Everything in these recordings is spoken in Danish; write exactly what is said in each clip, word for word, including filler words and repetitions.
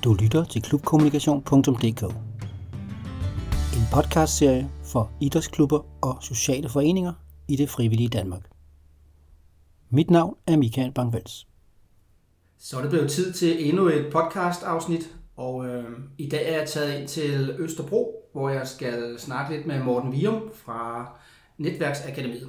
Du lytter til klubkommunikation punktum d k. En podcastserie for idrætsklubber og sociale foreninger i det frivillige Danmark. Mit navn er Michael Bang-Wels. Så er det blevet tid til endnu et podcast-afsnit, og øh, i dag er jeg taget ind til Østerbro, hvor jeg skal snakke lidt med Morten Vium fra Netværksakademiet.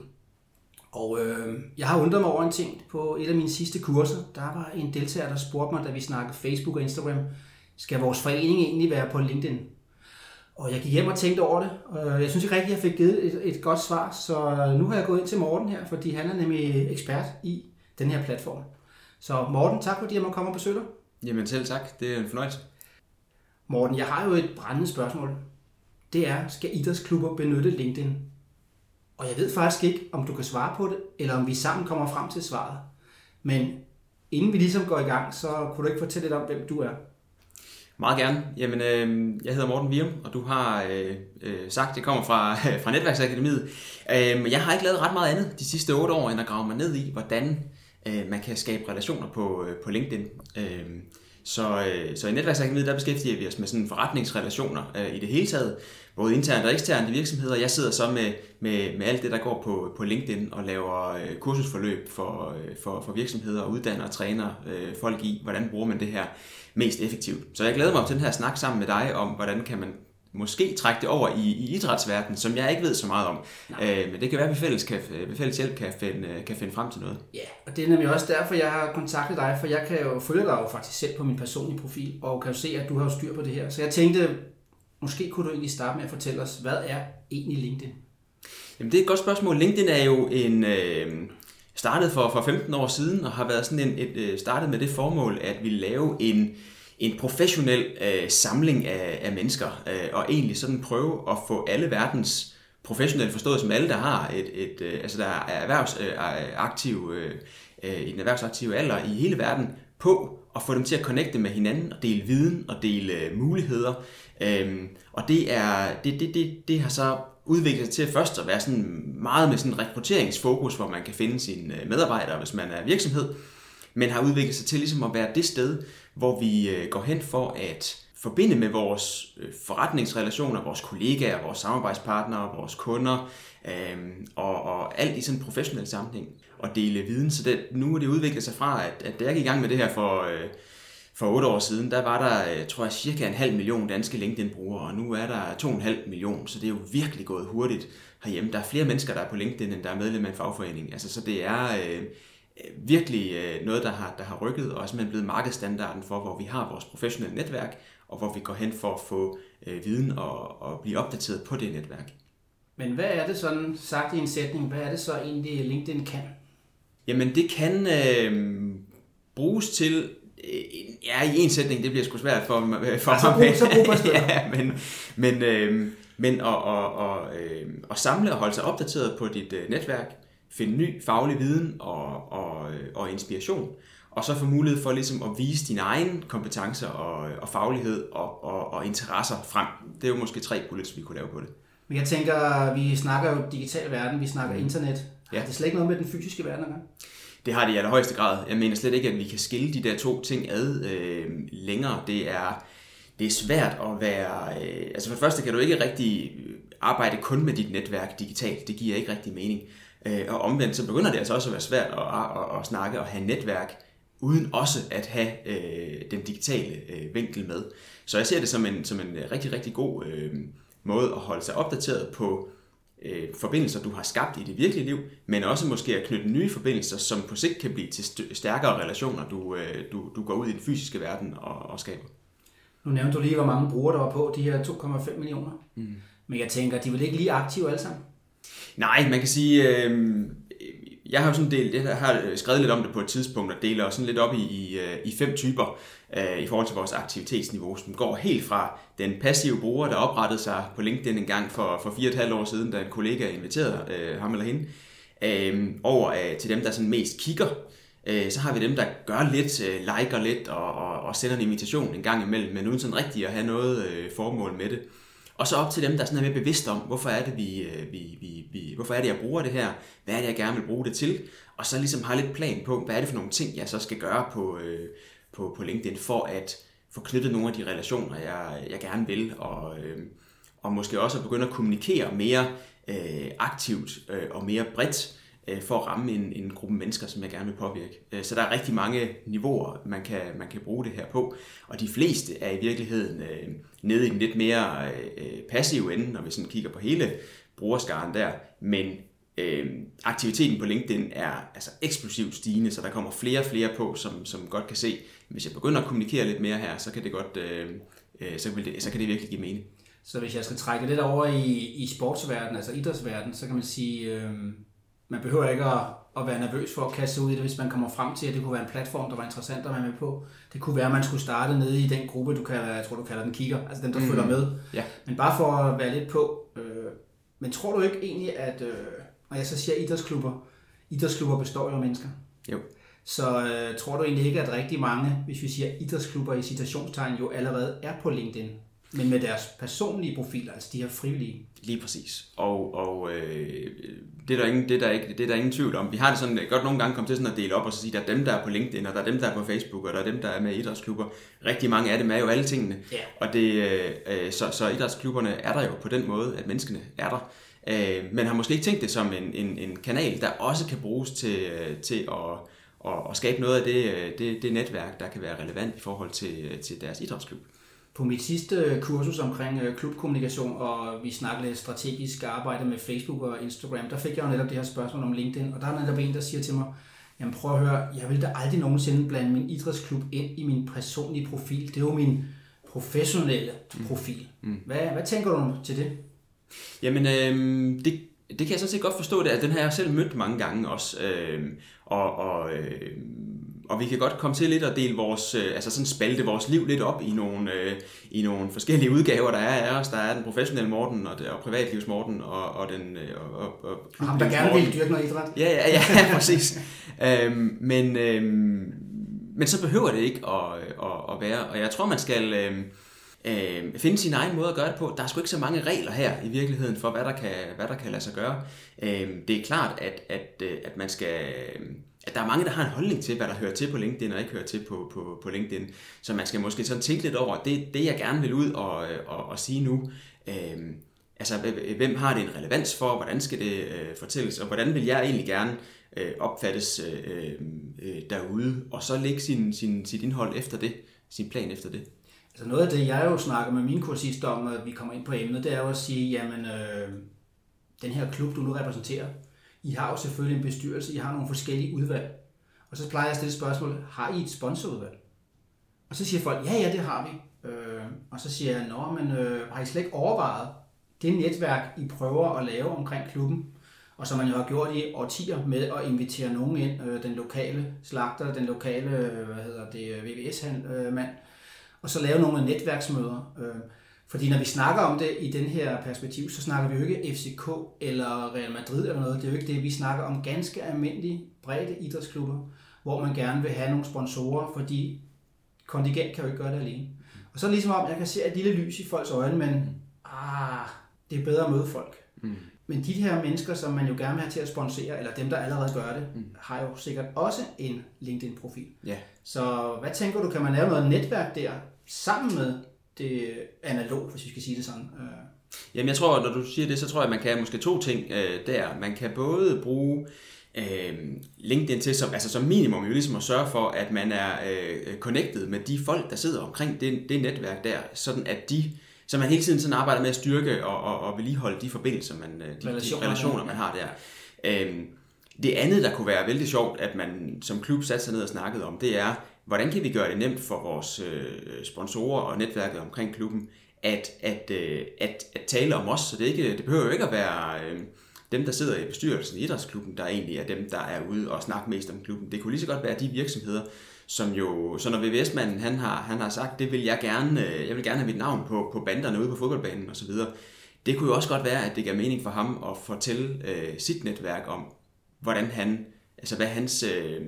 Og øh, jeg har undret mig over en ting på et af mine sidste kurser. Der var en deltager, der spurgte mig, da vi snakkede Facebook og Instagram, skal vores forening egentlig være på LinkedIn? Og jeg gik hjem og tænkte over det, og jeg synes ikke rigtigt, at jeg fik givet et, et godt svar, så nu har jeg gået ind til Morten her, fordi han er nemlig ekspert i den her platform. Så Morten, tak fordi jeg må komme og besøge dig. Jamen selv tak, det er en fornøjelse. Morten, jeg har jo et brændende spørgsmål. Det er, skal idrætsklubber benytte LinkedIn? Og jeg ved faktisk ikke, om du kan svare på det, eller om vi sammen kommer frem til svaret. Men inden vi ligesom går i gang, så kunne du ikke fortælle lidt om, hvem du er? Meget gerne. Jamen, øh, jeg hedder Morten Vium, og du har øh, øh, sagt, at jeg kommer fra, fra Netværksakademiet. Øh, jeg har ikke lavet ret meget andet de sidste otte år, end at grave mig ned i, hvordan øh, man kan skabe relationer på, øh, på LinkedIn. Øh, så, øh, så i Netværksakademiet, der beskæftiger vi os med sådan forretningsrelationer øh, i det hele taget, både internt og eksternt i virksomheder. Jeg sidder så med, med, med alt det, der går på, på LinkedIn og laver øh, kursusforløb for, øh, for, for virksomheder og uddanner og træner øh, folk i, hvordan bruger man det her mest effektivt. Så jeg glæder mig til den her snak sammen med dig om, hvordan kan man måske trække det over i, i idrætsverdenen, som jeg ikke ved så meget om. Øh, men det kan være, at vi fælles, kan, ved fælles hjælp kan finde, kan finde frem til noget. Ja, og det er nemlig også derfor, jeg har kontaktet dig, for jeg kan jo følge dig jo faktisk selv på min personlige profil, og kan jo se, at du har jo styr på det her. Så jeg tænkte, måske kunne du egentlig starte med at fortælle os, hvad er egentlig LinkedIn? Jamen det er et godt spørgsmål. LinkedIn er jo en... Øh, startet for, for femten år siden, og har været sådan en, et, et, startet med det formål, at vi lave en en professionel øh, samling af, af mennesker, øh, og egentlig sådan prøve at få alle verdens professionelle, forstået som alle, der har et, et øh, altså der er erhvervsaktive, øh, øh, i den erhvervsaktive alder i hele verden, på at få dem til at connecte med hinanden, og dele viden, og dele øh, muligheder, øh, og det er, det, det, det, det har så udviklet sig til først at være sådan meget med sådan en rekrutteringsfokus, hvor man kan finde sine medarbejdere, hvis man er virksomhed, men har udviklet sig til ligesom at være det sted, hvor vi går hen for at forbinde med vores forretningsrelationer, vores kollegaer, vores samarbejdspartnere, vores kunder, øh, og, og alt i sådan en professionel sammenhæng, og dele viden. Så det, nu er det udviklet sig fra, at, at da jeg gik i gang med det her for, øh, for otte år siden, der var der, tror jeg, cirka en halv million danske LinkedIn-brugere, og nu er der to og en halv million, så det er jo virkelig gået hurtigt herhjemme. Der er flere mennesker, der er på LinkedIn, end der er medlem af en fagforening. Altså, så det er... Øh, virkelig noget, der har, der har rykket, og er simpelthen blevet markedsstandarden for, hvor vi har vores professionelle netværk, og hvor vi går hen for at få øh, viden og, og blive opdateret på det netværk. Men hvad er det sådan, sagt i en sætning, hvad er det så egentlig LinkedIn kan? Jamen det kan øh, bruges til, øh, ja i en sætning, det bliver sgu svært for, for altså, mig. Så brug på ja, men, men, øh, men at, at, at, øh, at samle og holde sig opdateret på dit øh, netværk, finde ny faglig viden og, og, og inspiration, og så få mulighed for ligesom at vise dine egne kompetencer og, og faglighed og, og, og interesser frem. Det er jo måske tre bullets, vi kunne lave på det. Men jeg tænker, vi snakker jo digital verden, vi snakker internet. Ja. Det er slet ikke noget med den fysiske verden at gøre? Det har det i allerhøjeste grad. Jeg mener slet ikke, at vi kan skille de der to ting ad øh, længere. Det er, det er svært at være... Øh, altså for det første kan du ikke rigtig arbejde kun med dit netværk digitalt. Det giver ikke rigtig mening. Og omvendt, så begynder det altså også at være svært at, at, at snakke og have netværk, uden også at have øh, den digitale øh, vinkel med. Så jeg ser det som en, som en rigtig, rigtig god øh, måde at holde sig opdateret på øh, forbindelser, du har skabt i det virkelige liv, men også måske at knytte nye forbindelser, som på sigt kan blive til st- stærkere relationer, du, øh, du, du går ud i den fysiske verden og, og skaber. Nu nævnte du lige, hvor mange brugere der var på, de her to komma fem millioner. Mm. Men jeg tænker, de vil ikke lige aktive alle sammen? Nej, man kan sige, øh, jeg har jo sådan delt, jeg har skrevet lidt om det på et tidspunkt, og deler sådan lidt op i, i, i fem typer øh, i forhold til vores aktivitetsniveau, som går helt fra den passive bruger, der oprettede sig på LinkedIn en gang for, for fire og et halvt år siden, da en kollega inviterede øh, ham eller hende, øh, over øh, til dem, der sådan mest kigger. Øh, så har vi dem, der gør lidt, øh, liker lidt og, og, og sender en invitation en gang imellem, men uden sådan rigtig at have noget øh, formål med det. Og så op til dem, der sådan er mere bevidste om, hvorfor er det, vi, vi, vi, vi, hvorfor er det, jeg bruger det her, hvad er det, jeg gerne vil bruge det til, og så ligesom har lidt plan på, hvad er det for nogle ting, jeg så skal gøre på, øh, på, på LinkedIn, for at få knyttet nogle af de relationer, jeg, jeg gerne vil, og, øh, og måske også at begynde at kommunikere mere øh, aktivt øh, og mere bredt, for at ramme en, en gruppe mennesker, som jeg gerne vil påvirke. Så der er rigtig mange niveauer, man kan, man kan bruge det her på, og de fleste er i virkeligheden øh, nede i den lidt mere øh, passive ende, når vi sådan kigger på hele brugerskaren der, men øh, aktiviteten på LinkedIn er altså eksplosivt stigende, så der kommer flere og flere på, som, som godt kan se, hvis jeg begynder at kommunikere lidt mere her, så kan det godt, øh, øh, så, vil det, så kan det virkelig give mening. Så hvis jeg skal trække lidt over i, i sportsverdenen, altså idrætsverdenen, så kan man sige, øh, man behøver ikke at, at være nervøs for at kaste sig ud i det, hvis man kommer frem til, at det kunne være en platform, der var interessant at være med på. Det kunne være, at man skulle starte nede i den gruppe, du kalder, jeg tror, du kalder den kigger, altså dem, der mm. følger med. Ja. Men bare for at være lidt på. Øh, men tror du ikke egentlig, at øh, når jeg så siger idrætsklubber, idrætsklubber består jo af mennesker. Jo. Så øh, tror du egentlig ikke, at rigtig mange, hvis vi siger idrætsklubber i citationstegn, jo allerede er på LinkedIn? Men med deres personlige profiler, altså de her frivillige. Lige præcis. Og, og øh, det, er der ingen, det, er der ikke, det er der ingen tvivl om. Vi har det sådan, godt nogle gange kommet til sådan at dele op og så sige, at der er dem, der er på LinkedIn, og der er dem, der er på Facebook, og der er dem, der er med i idrætsklubber. Rigtig mange af dem er jo alle tingene. Yeah. Og det, øh, så, så idrætsklubberne er der jo på den måde, at menneskene er der. Øh, men har måske ikke tænkt det som en, en, en kanal, der også kan bruges til, til at, at, at skabe noget af det, det, det netværk, der kan være relevant i forhold til, til deres idrætsklub. På mit sidste kursus omkring klubkommunikation, og vi snakkede lidt strategisk arbejde med Facebook og Instagram, der fik jeg jo netop det her spørgsmål om LinkedIn, og der er netop en, der siger til mig, jamen prøv at høre, jeg vil da aldrig nogensinde blande min idrætsklub ind i min personlige profil. Det er jo min professionelle profil. Mm. Hvad, hvad tænker du til det? Jamen, øh, det, det kan jeg sådan set godt forstå, det, at den har jeg selv mødt mange gange også, øh, og, og øh, Og vi kan godt komme til lidt at dele vores, altså sådan spalte vores liv lidt op i nogle, øh, i nogle forskellige udgaver, der er af os. Der er den professionelle Morten, og, og privatlivs Morten, og, og den... Og, og, og ham, der gerne vil dyrke noget idræt. Ja, ja, ja, ja præcis. øhm, men, øhm, men så behøver det ikke at, at, at være, og jeg tror, man skal øh, øh, finde sin egen måde at gøre det på. Der er sgu ikke så mange regler her i virkeligheden for, hvad der kan, hvad der kan lade sig gøre. Øh, det er klart, at, at, at man skal... at der er mange, der har en holdning til, hvad der hører til på LinkedIn og ikke hører til på, på, på LinkedIn. Så man skal måske sådan tænke lidt over, det, det jeg gerne vil ud og, og, og sige nu, øh, altså hvem har det en relevans for, hvordan skal det øh, fortælles, og hvordan vil jeg egentlig gerne øh, opfattes øh, øh, derude, og så lægge sin, sin, sit indhold efter det, sin plan efter det. Altså noget af det, jeg jo snakker med mine kursister om, når vi kommer ind på emnet, det er jo at sige, jamen øh, den her klub, du nu repræsenterer, I har jo selvfølgelig en bestyrelse, I har nogle forskellige udvalg. Og så plejer jeg at stille spørgsmål, har I et sponsorudvalg? Og så siger folk, ja, ja, det har vi. Øh, og så siger jeg, nå, men øh, har I slet ikke overvejet det netværk, I prøver at lave omkring klubben? Og som man jo har gjort i årtier med at invitere nogen ind, øh, den lokale slagter, den lokale, hvad hedder det, V V S-mand, og så lave nogle netværksmøder. Øh, Fordi når vi snakker om det i den her perspektiv, så snakker vi jo ikke F C K eller Real Madrid eller noget. Det er jo ikke det, vi snakker om ganske almindelige, brede idrætsklubber, hvor man gerne vil have nogle sponsorer, fordi kontingent kan jo ikke gøre det alene. Og så er det ligesom om, jeg kan se et lille lys i folks øjne, men ah, det er bedre at møde folk. Mm. Men de her mennesker, som man jo gerne vil have til at sponsere, eller dem, der allerede gør det, mm. har jo sikkert også en LinkedIn-profil. Yeah. Så hvad tænker du, kan man lave noget netværk der sammen med det analog, hvis vi skal sige det sådan? Jamen jeg tror, når du siger det, så tror jeg, at man kan måske to ting øh, der. Man kan både bruge øh, LinkedIn til som, altså som minimum jo ligesom at sørge for, at man er øh, connected med de folk, der sidder omkring det, det netværk der, sådan at de, så man hele tiden sådan arbejder med at styrke og, og, og vedligeholde de forbindelser, man, de, relationer, de relationer, man har der. Øh, det andet, der kunne være vældig sjovt, at man som klub satte sig ned og snakkede om, det er, hvordan kan vi gøre det nemt for vores øh, sponsorer og netværket omkring klubben, at, at, øh, at, at tale om os, så det, ikke, det behøver jo ikke at være øh, dem, der sidder i bestyrelsen i idrætsklubben, der egentlig er dem, der er ude og snakke mest om klubben. Det kunne lige så godt være de virksomheder, som jo, så når V V S-manden han har, han har sagt, det vil jeg gerne, jeg vil gerne have mit navn på, på banderne ude på fodboldbanen osv., det kunne jo også godt være, at det gav mening for ham at fortælle øh, sit netværk om, hvordan han, altså hvad hans øh,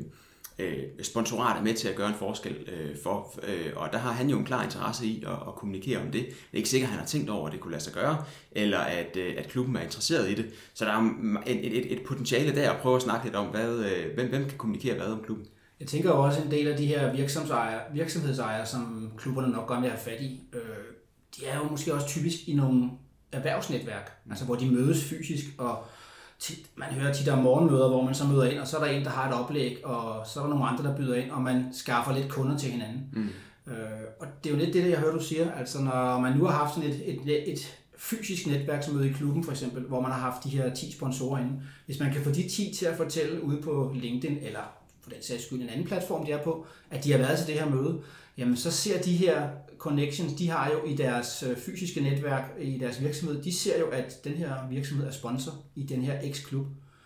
sponsorat er med til at gøre en forskel øh, for, øh, og der har han jo en klar interesse i at, at kommunikere om det. Det er ikke sikkert, at han har tænkt over, at det kunne lade sig gøre, eller at, øh, at klubben er interesseret i det. Så der er et, et, et potentiale der at prøve at snakke lidt om, hvad, øh, hvem, hvem kan kommunikere hvad om klubben. Jeg tænker også en del af de her virksomhedsejere, virksomhedsejere som klubberne nok gerne vil have fat i, øh, de er jo måske også typisk i nogle erhvervsnetværk, altså hvor de mødes fysisk, og tit, man hører tit om morgenmøder, hvor man så møder ind, og så er der en, der har et oplæg, og så er der nogle andre, der byder ind, og man skaffer lidt kunder til hinanden. Mm. Øh, og det er jo lidt det, jeg hører, du siger, altså når man nu har haft sådan et, et, et fysisk netværksmøde i klubben for eksempel, hvor man har haft de her ti sponsorer inde, hvis man kan få de ti til at fortælle ude på LinkedIn, eller for den sags skyld en anden platform, de er på, at de har været til det her møde, jamen så ser de her connections, de har jo i deres fysiske netværk, i deres virksomhed, de ser jo, at den her virksomhed er sponsor i den her X-klub.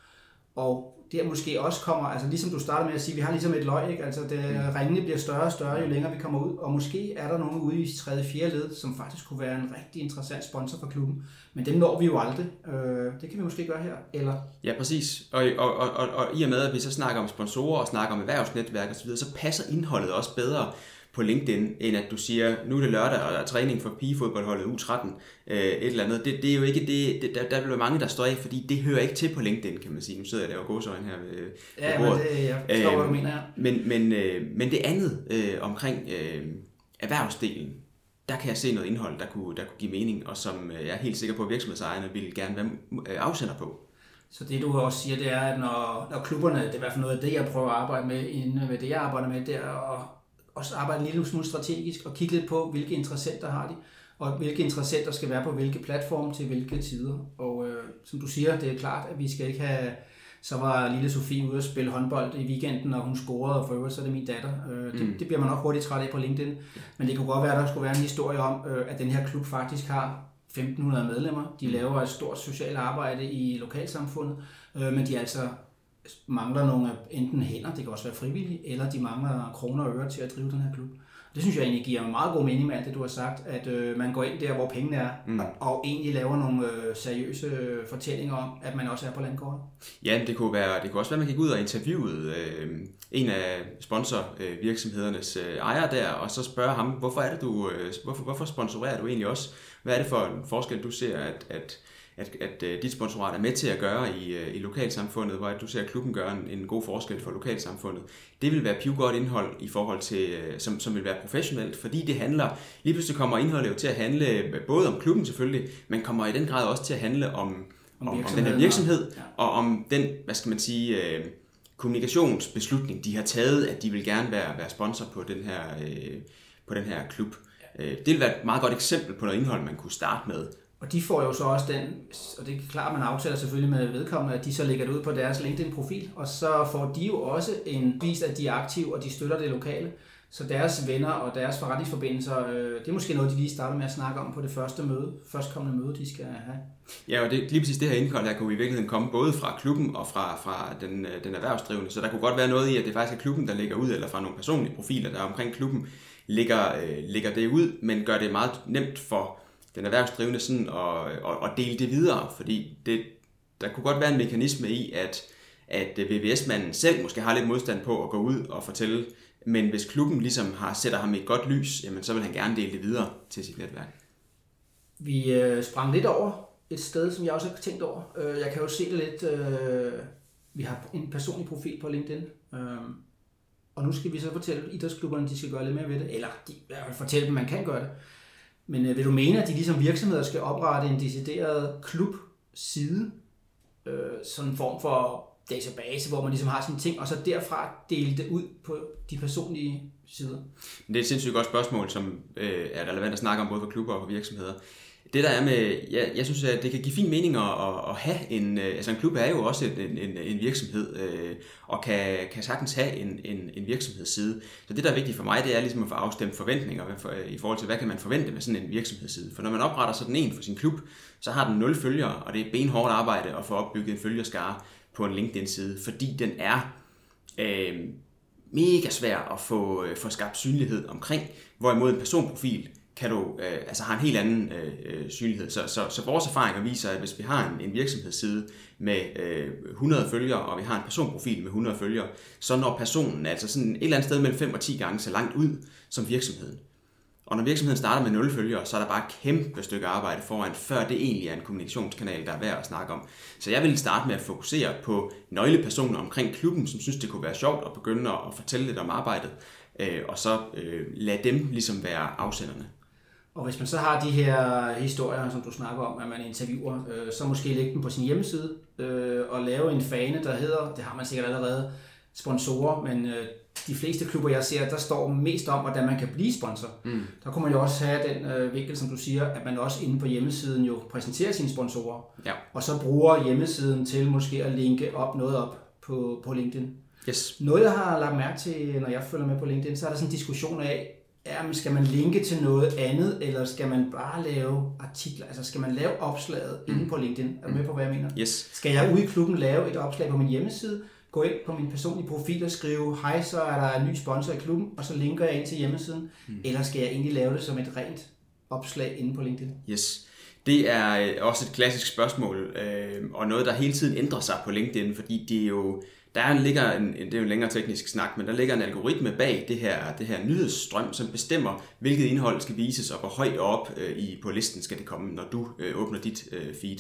Og der måske også kommer, altså ligesom du startede med at sige, vi har ligesom et løg, ikke? Altså det, ringene bliver større og større, jo længere vi kommer ud, og måske er der nogen ude i tredje fjerde led, som faktisk kunne være en rigtig interessant sponsor for klubben, men dem når vi jo aldrig. Øh, det kan vi måske gøre her, eller? Ja, præcis. Og, og, og, og, og i og med, at vi så snakker om sponsorer og snakker om erhvervsnetværk og så videre, så passer indholdet også bedre på LinkedIn, end at du siger, nu er det lørdag, og der er træning for pigefodboldholdet U tretten, øh, et eller andet. Det, det er jo ikke det, det der, der vil være mange, der står af, fordi det hører ikke til på LinkedIn, kan man sige. Nu sidder jeg og laver gåseøjne her ved, ja, ved bordet. Ja, men det, jeg forstår, øh, hvad du mener, ja. Men, men, øh, men det andet øh, omkring øh, erhvervsdelen, der kan jeg se noget indhold, der kunne, der kunne give mening, og som jeg er helt sikker på, at virksomhedsejerne vil gerne være afsender på. Så det du også siger, det er, at når, når klubberne, det er i hvert fald noget af det, jeg prøver at arbejde med, inden med det, jeg arbejder med, det er at også arbejde en lille smule strategisk og kigge lidt på, hvilke interessenter har de, og hvilke interessenter skal være på hvilke platforme til hvilke tider. Og øh, som du siger, det er klart, at vi skal ikke have, så var lille Sofie ude at spille håndbold i weekenden, og hun scorede, og for øvrigt så er det min datter. Øh, det, mm. det bliver man nok hurtigt træt af på LinkedIn, men det kunne godt være, at der skulle være en historie om, øh, at den her klub faktisk har femten hundrede medlemmer. De laver et stort socialt arbejde i lokalsamfundet, øh, men de altså mangler nogle enten hænder, det kan også være frivillige, eller de mangler kroner og øre til at drive den her klub. Det synes jeg egentlig giver meget god mening med alt det, du har sagt, at øh, man går ind der, hvor pengene er, mm. og, og egentlig laver nogle øh, seriøse øh, fortællinger om, at man også er på landkortet. Ja, det kunne, være, det kunne også være, at man gik ud og interviewede øh, en af sponsorvirksomhedernes øh, ejere der, og så spørge ham, hvorfor er det du, øh, hvorfor, hvorfor sponsorerer du egentlig også? Hvad er det for en forskel, du ser, at, at at, at, at dit sponsorat er med til at gøre i, i lokalsamfundet, hvor at du ser, at klubben gør en, en god forskel for lokalsamfundet. Det vil være pivgodt indhold i forhold til, som, som vil være professionelt, fordi det handler, lige pludselig kommer indholdet jo til at handle både om klubben selvfølgelig, men kommer i den grad også til at handle om, om, om den her virksomhed, ja. Og om den, hvad skal man sige, øh, kommunikationsbeslutning, de har taget, at de vil gerne være, være sponsor på den her, øh, på den her klub. Ja. Det vil være et meget godt eksempel på noget indhold, man kunne starte med. Og de får jo så også den, og det er klart, at man aftaler selvfølgelig med vedkommende, at de så lægger det ud på deres LinkedIn-profil, og så får de jo også en vis, at de er aktive, og de støtter det lokale. Så deres venner og deres forretningsforbindelser, øh, det er måske noget, de lige starter med at snakke om på det første møde, førstkommende møde, de skal have. Ja, og det, lige præcis det her indhold, der kunne i virkeligheden komme både fra klubben og fra, fra den, den erhvervsdrivende, så der kunne godt være noget i, at det faktisk er klubben, der lægger ud, eller fra nogle personlige profiler, der omkring klubben lægger, øh, lægger det ud, men gør det meget nemt for den erhvervsdrivende sådan at, at, at dele det videre, fordi det, der kunne godt være en mekanisme i, at, at V V S-manden selv måske har lidt modstand på at gå ud og fortælle, men hvis klubben ligesom har, sætter ham i et godt lys, jamen, så vil han gerne dele det videre til sit netværk. Vi øh, sprang lidt over et sted, som jeg også har tænkt over. Jeg kan jo se det lidt. Øh, vi har en personlig profil på LinkedIn, øh, og nu skal vi så fortælle idrætsklubberne, de skal gøre lidt mere ved det, eller de, jeg vil fortælle dem, man kan gøre det. Men øh, vil du mene, at de ligesom virksomheder skal oprette en decideret klubside, øh, sådan en form for database, hvor man ligesom har sine ting, og så derfra dele det ud på de personlige sider? Det er et sindssygt godt spørgsmål, som øh, er relevant at snakke om både for klubber og for virksomheder. Det der er med, ja, jeg synes, at det kan give fin mening at, at have en, altså en klub er jo også en, en, en virksomhed, øh, og kan, kan sagtens have en, en, en virksomhedsside. Så det, der er vigtigt for mig, det er ligesom at få afstemt forventninger for, i forhold til, hvad kan man forvente med sådan en virksomhedsside. For når man opretter sådan en for sin klub, så har den nul følgere, og det er benhårdt arbejde at få opbygget en følgerskare på en LinkedIn-side, fordi den er øh, mega svær at få, få skabt synlighed omkring, hvorimod en personprofil kan du, øh, altså har en helt anden øh, synlighed. Så, så, så vores erfaringer viser, at hvis vi har en, en virksomhedsside med øh, hundrede følgere, og vi har en personprofil med hundrede følgere, så når personen altså sådan et eller andet sted mellem fem og ti gange så langt ud som virksomheden. Og når virksomheden starter med nul følgere, så er der bare et kæmpe stykke arbejde foran, før det egentlig er en kommunikationskanal, der er værd at snakke om. Så jeg vil starte med at fokusere på nøglepersoner omkring klubben, som synes, det kunne være sjovt at begynde at fortælle lidt om arbejdet, og så lade dem ligesom være afsenderne. Og hvis man så har de her historier, som du snakker om, at man interviewer, så måske lægge dem på sin hjemmeside og lave en fane, der hedder, det har man sikkert allerede, sponsorer, men øh, de fleste klubber, jeg ser, der står mest om, hvordan man kan blive sponsor. Mm. Der kunne man jo også have den øh, vinkel, som du siger, at man også inde på hjemmesiden jo præsenterer sine sponsorer, ja. Og så bruger hjemmesiden til måske at linke op noget op på, på LinkedIn. Yes. Noget, jeg har lagt mærke til, når jeg følger med på LinkedIn, så er der sådan en diskussion af, ja, skal man linke til noget andet, eller skal man bare lave artikler, altså skal man lave opslaget mm. inde på LinkedIn? Er du med på, hvad jeg mener? Yes. Skal jeg ude i klubben lave et opslag på min hjemmeside, gå ind på min personlige profil og skrive, hej, så er der en ny sponsor i klubben, og så linker jeg ind til hjemmesiden, mm. eller skal jeg egentlig lave det som et rent opslag inde på LinkedIn? Yes. Det er også et klassisk spørgsmål, øh, og noget, der hele tiden ændrer sig på LinkedIn, fordi det er jo, der ligger en, det er jo en længere teknisk snak, men der ligger en algoritme bag det her, det her nyhedsstrøm, som bestemmer, hvilket indhold skal vises, og hvor højt op øh, i, på listen skal det komme, når du øh, åbner dit øh, feed.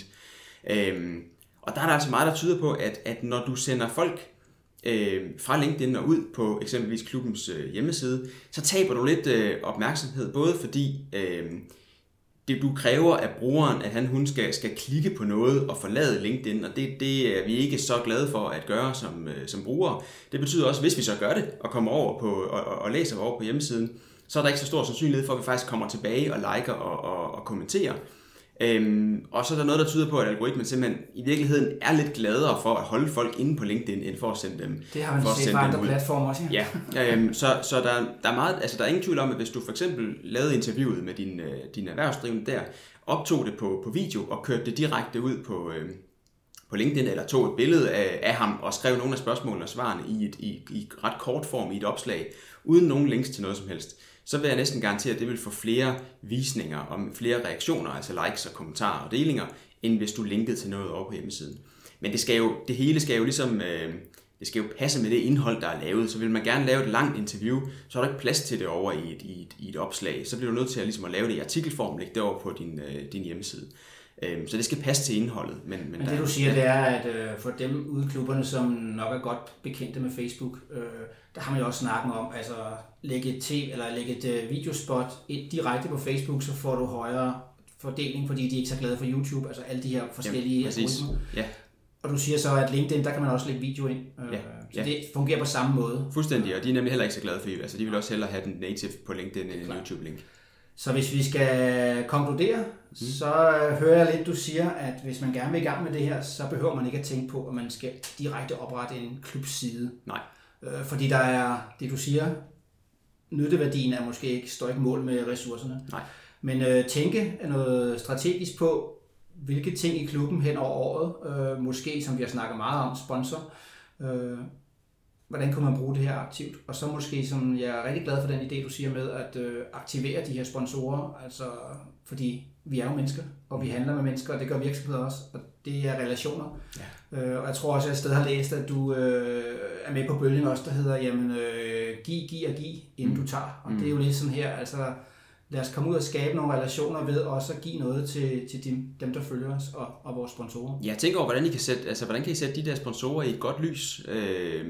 Øh, Og der er der altså meget, der tyder på, at, at når du sender folk øh, fra LinkedIn og ud på eksempelvis klubbens øh, hjemmeside, så taber du lidt øh, opmærksomhed, både fordi øh, det du kræver af brugeren, at han hun skal, skal klikke på noget og forlade LinkedIn, og det, det er vi ikke så glade for at gøre som, øh, som brugere. Det betyder også, hvis vi så gør det og kommer over på, og, og, og læser over på hjemmesiden, så er der ikke så stor sandsynlighed for, at vi faktisk kommer tilbage og liker og, og, og kommenterer. Øhm, og så er der noget, der tyder på, at algoritmen simpelthen i virkeligheden er lidt gladere for at holde folk inde på LinkedIn, end for at sende dem. Det har man set på andre platformer også. Ja, ja øhm, så, så der, der, er meget, altså der er ingen tvivl om, at hvis du for eksempel lavede interviewet med din, øh, din erhvervsdrivende der, optog det på, på video og kørte det direkte ud på, øh, på LinkedIn, eller tog et billede af, af ham og skrev nogle af spørgsmålene og svarene i, et, i, i ret kort form i et opslag, uden nogen links til noget som helst, så vil jeg næsten garantere, at det vil få flere visninger og flere reaktioner, altså likes og kommentarer og delinger, end hvis du linkede til noget over på hjemmesiden. Men det, skal jo, det hele skal jo ligesom, øh, det skal jo passe med det indhold, der er lavet. Så vil man gerne lave et langt interview, så er der ikke plads til det over i et, i et, i et opslag. Så bliver du nødt til at, ligesom at lave det i artikelform, lægge det over på din, øh, din hjemmeside. Øh, så det skal passe til indholdet. Men, men, men det du siger, det er, at øh, for dem ude i klubberne, som nok er godt bekendte med Facebook, øh, der har man jo også snakket om, altså lægge et, te, eller lægge et øh, videospot ind direkte på Facebook, så får du højere fordeling, fordi de er ikke så glade for YouTube, altså alle de her forskellige algoritmer. Ja. Og du siger så, at LinkedIn, der kan man også lægge video ind, øh, ja. Så ja. Det fungerer på samme måde. Fuldstændig, og de er nemlig heller ikke så glade for, altså de vil også hellere have den native på LinkedIn end en YouTube-link. Så hvis vi skal konkludere, mm. så hører jeg lidt, du siger, at hvis man gerne vil i gang med det her, så behøver man ikke at tænke på, at man skal direkte oprette en klubside. Nej. Øh, fordi der er, det du siger, nytteværdien er måske ikke, står ikke mål med ressourcerne. Nej. Men øh, tænke noget strategisk på, hvilke ting i klubben hen over året, øh, måske som vi har snakket meget om, sponsor, øh, hvordan kunne man bruge det her aktivt? Og så måske, som jeg er rigtig glad for den idé, du siger med, at øh, aktivere de her sponsorer, altså fordi vi er jo mennesker, og vi handler med mennesker, og det gør virksomheder også, og det er relationer. Ja. Øh, og jeg tror også, at jeg et sted har læst, at du øh, er med på bølgen også, der hedder, jamen, øh, giv, giv og giv, inden mm. du tager. Og mm. det er jo lidt sådan her, altså lad os komme ud og skabe nogle relationer ved også at give noget til, til dem, dem, der følger os, og, og vores sponsorer. Jeg tænker over, hvordan I kan sætte, altså, hvordan kan I sætte de der sponsorer i et godt lys, øh,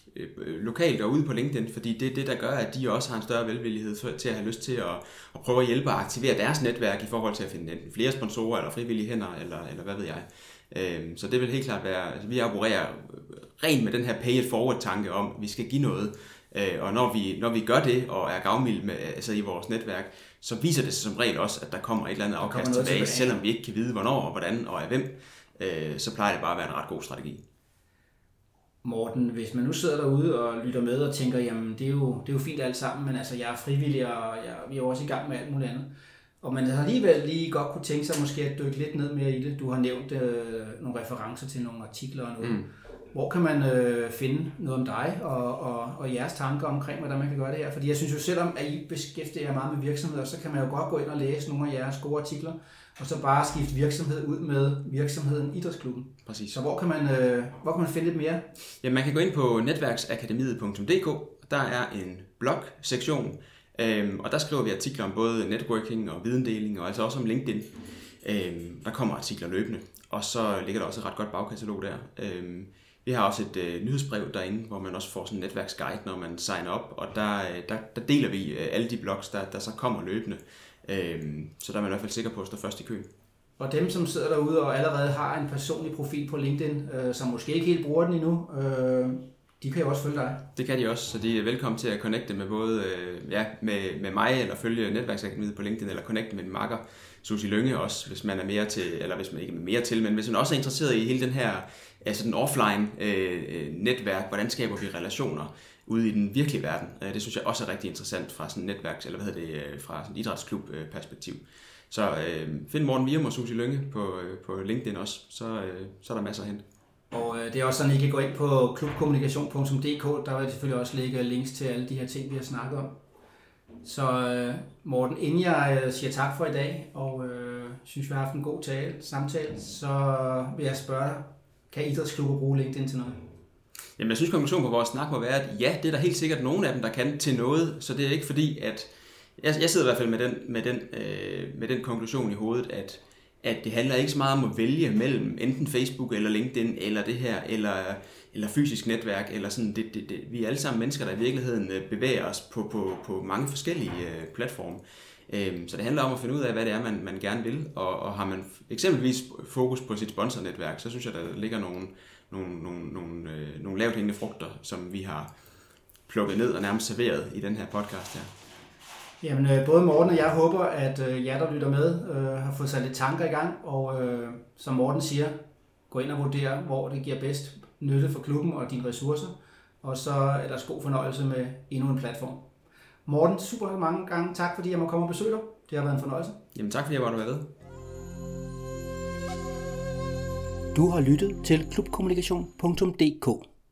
lokalt og ude på LinkedIn, fordi det er det, der gør, at de også har en større velvillighed til at have lyst til at, at prøve at hjælpe og aktivere deres netværk i forhold til at finde enten flere sponsorer eller frivillige hænder, eller, eller hvad ved jeg. Så det vil helt klart være, altså vi opererer rent med den her pay it forward tanke om, at vi skal give noget, og når vi, når vi gør det og er gavmild med, altså i vores netværk, så viser det sig som regel også, at der kommer et eller andet afkast tilbage, tilbage, selvom vi ikke kan vide, hvornår og hvordan og af hvem, så plejer det bare at være en ret god strategi. Morten, hvis man nu sidder derude og lytter med og tænker, jamen det er jo, det er jo fint alt sammen, men altså jeg er frivillig, og jeg, vi er også i gang med alt muligt andet. Og man har alligevel lige godt kunne tænke sig måske at dykke lidt ned mere i det. Du har nævnt øh, nogle referencer til nogle artikler og noget. Mm. Hvor kan man øh, finde noget om dig og, og, og jeres tanker omkring, hvordan man kan gøre det her? Fordi jeg synes jo, selvom at I beskæftiger jer meget med virksomheder, så kan man jo godt gå ind og læse nogle af jeres gode artikler, og så bare skifte virksomhed ud med virksomheden Idrætsklubben. Præcis. Så hvor kan man, øh, hvor kan man finde lidt mere? Ja, man kan gå ind på netværksakademiet punktum d k. Der er en blog-sektion, Øhm, og der skriver vi artikler om både networking og videndeling, og altså også om LinkedIn. Øhm, der kommer artikler løbende, og så ligger der også et ret godt bagkatalog der. Øhm, vi har også et øh, nyhedsbrev derinde, hvor man også får sådan en netværksguide, når man signer op, og der, der, der deler vi øh, alle de blogs, der, der så kommer løbende. Øhm, så der er man i hvert fald sikker på at stå først i køen. Og dem, som sidder derude og allerede har en personlig profil på LinkedIn, øh, som måske ikke helt bruger den endnu, øh, de kan jo også følge dig. Det kan de også, så de er velkommen til at connecte med både øh, ja, med, med mig, eller følge Netværksakademiet på LinkedIn, eller connecte med en makker, Susie Lynge også, hvis man er mere til, eller hvis man ikke er mere til, men hvis man også er interesseret i hele den her, altså den offline øh, netværk, hvordan skaber vi relationer ude i den virkelige verden. Det synes jeg også er rigtig interessant fra sådan et netværks, eller hvad hedder det, fra sådan et idrætsklub perspektiv. Så øh, find Morten Virum og Susie Lynge på, øh, på LinkedIn også, så, øh, så er der masser at hente. Og øh, det er også sådan, at I kan gå ind på klubkommunikation punktum d k, der vil selvfølgelig også ligge links til alle de her ting, vi har snakket om. Så øh, Morten, inden jeg øh, siger tak for i dag, og øh, synes, vi har haft en god tale, samtale, så vil jeg spørge dig, kan idrætsklubber bruge LinkedIn til noget? Jamen, jeg synes, konklusionen på vores snak må være, at ja, det er der helt sikkert nogen af dem, der kan til noget, så det er ikke fordi, at jeg, jeg sidder i hvert fald med den, med, den, øh, med den konklusion i hovedet, at, at det handler ikke så meget om at vælge mellem enten Facebook eller LinkedIn, eller det her, eller, eller fysisk netværk, eller sådan, det, det, det. Vi er alle sammen mennesker, der i virkeligheden bevæger os på, på, på mange forskellige øh, platforme. Øh, så det handler om at finde ud af, hvad det er, man, man gerne vil, og, og har man eksempelvis fokus på sit sponsornetværk, så synes jeg, der ligger nogle, nogle, nogle, nogle, øh, nogle lavt hængende frugter, som vi har plukket ned og nærmest serveret i den her podcast her. Jamen, øh, både Morten og jeg håber, at øh, jer, der lytter med, øh, har fået sat lidt tanker i gang, og øh, som Morten siger, gå ind og vurdere, hvor det giver bedst nytte for klubben og dine ressourcer, og så ellers god fornøjelse med endnu en platform. Morten, super mange gange tak, fordi jeg må komme og besøge dig. Det har været en fornøjelse. Jamen tak, fordi jeg måtte være med. Du har lyttet til klubkommunikation punktum d k.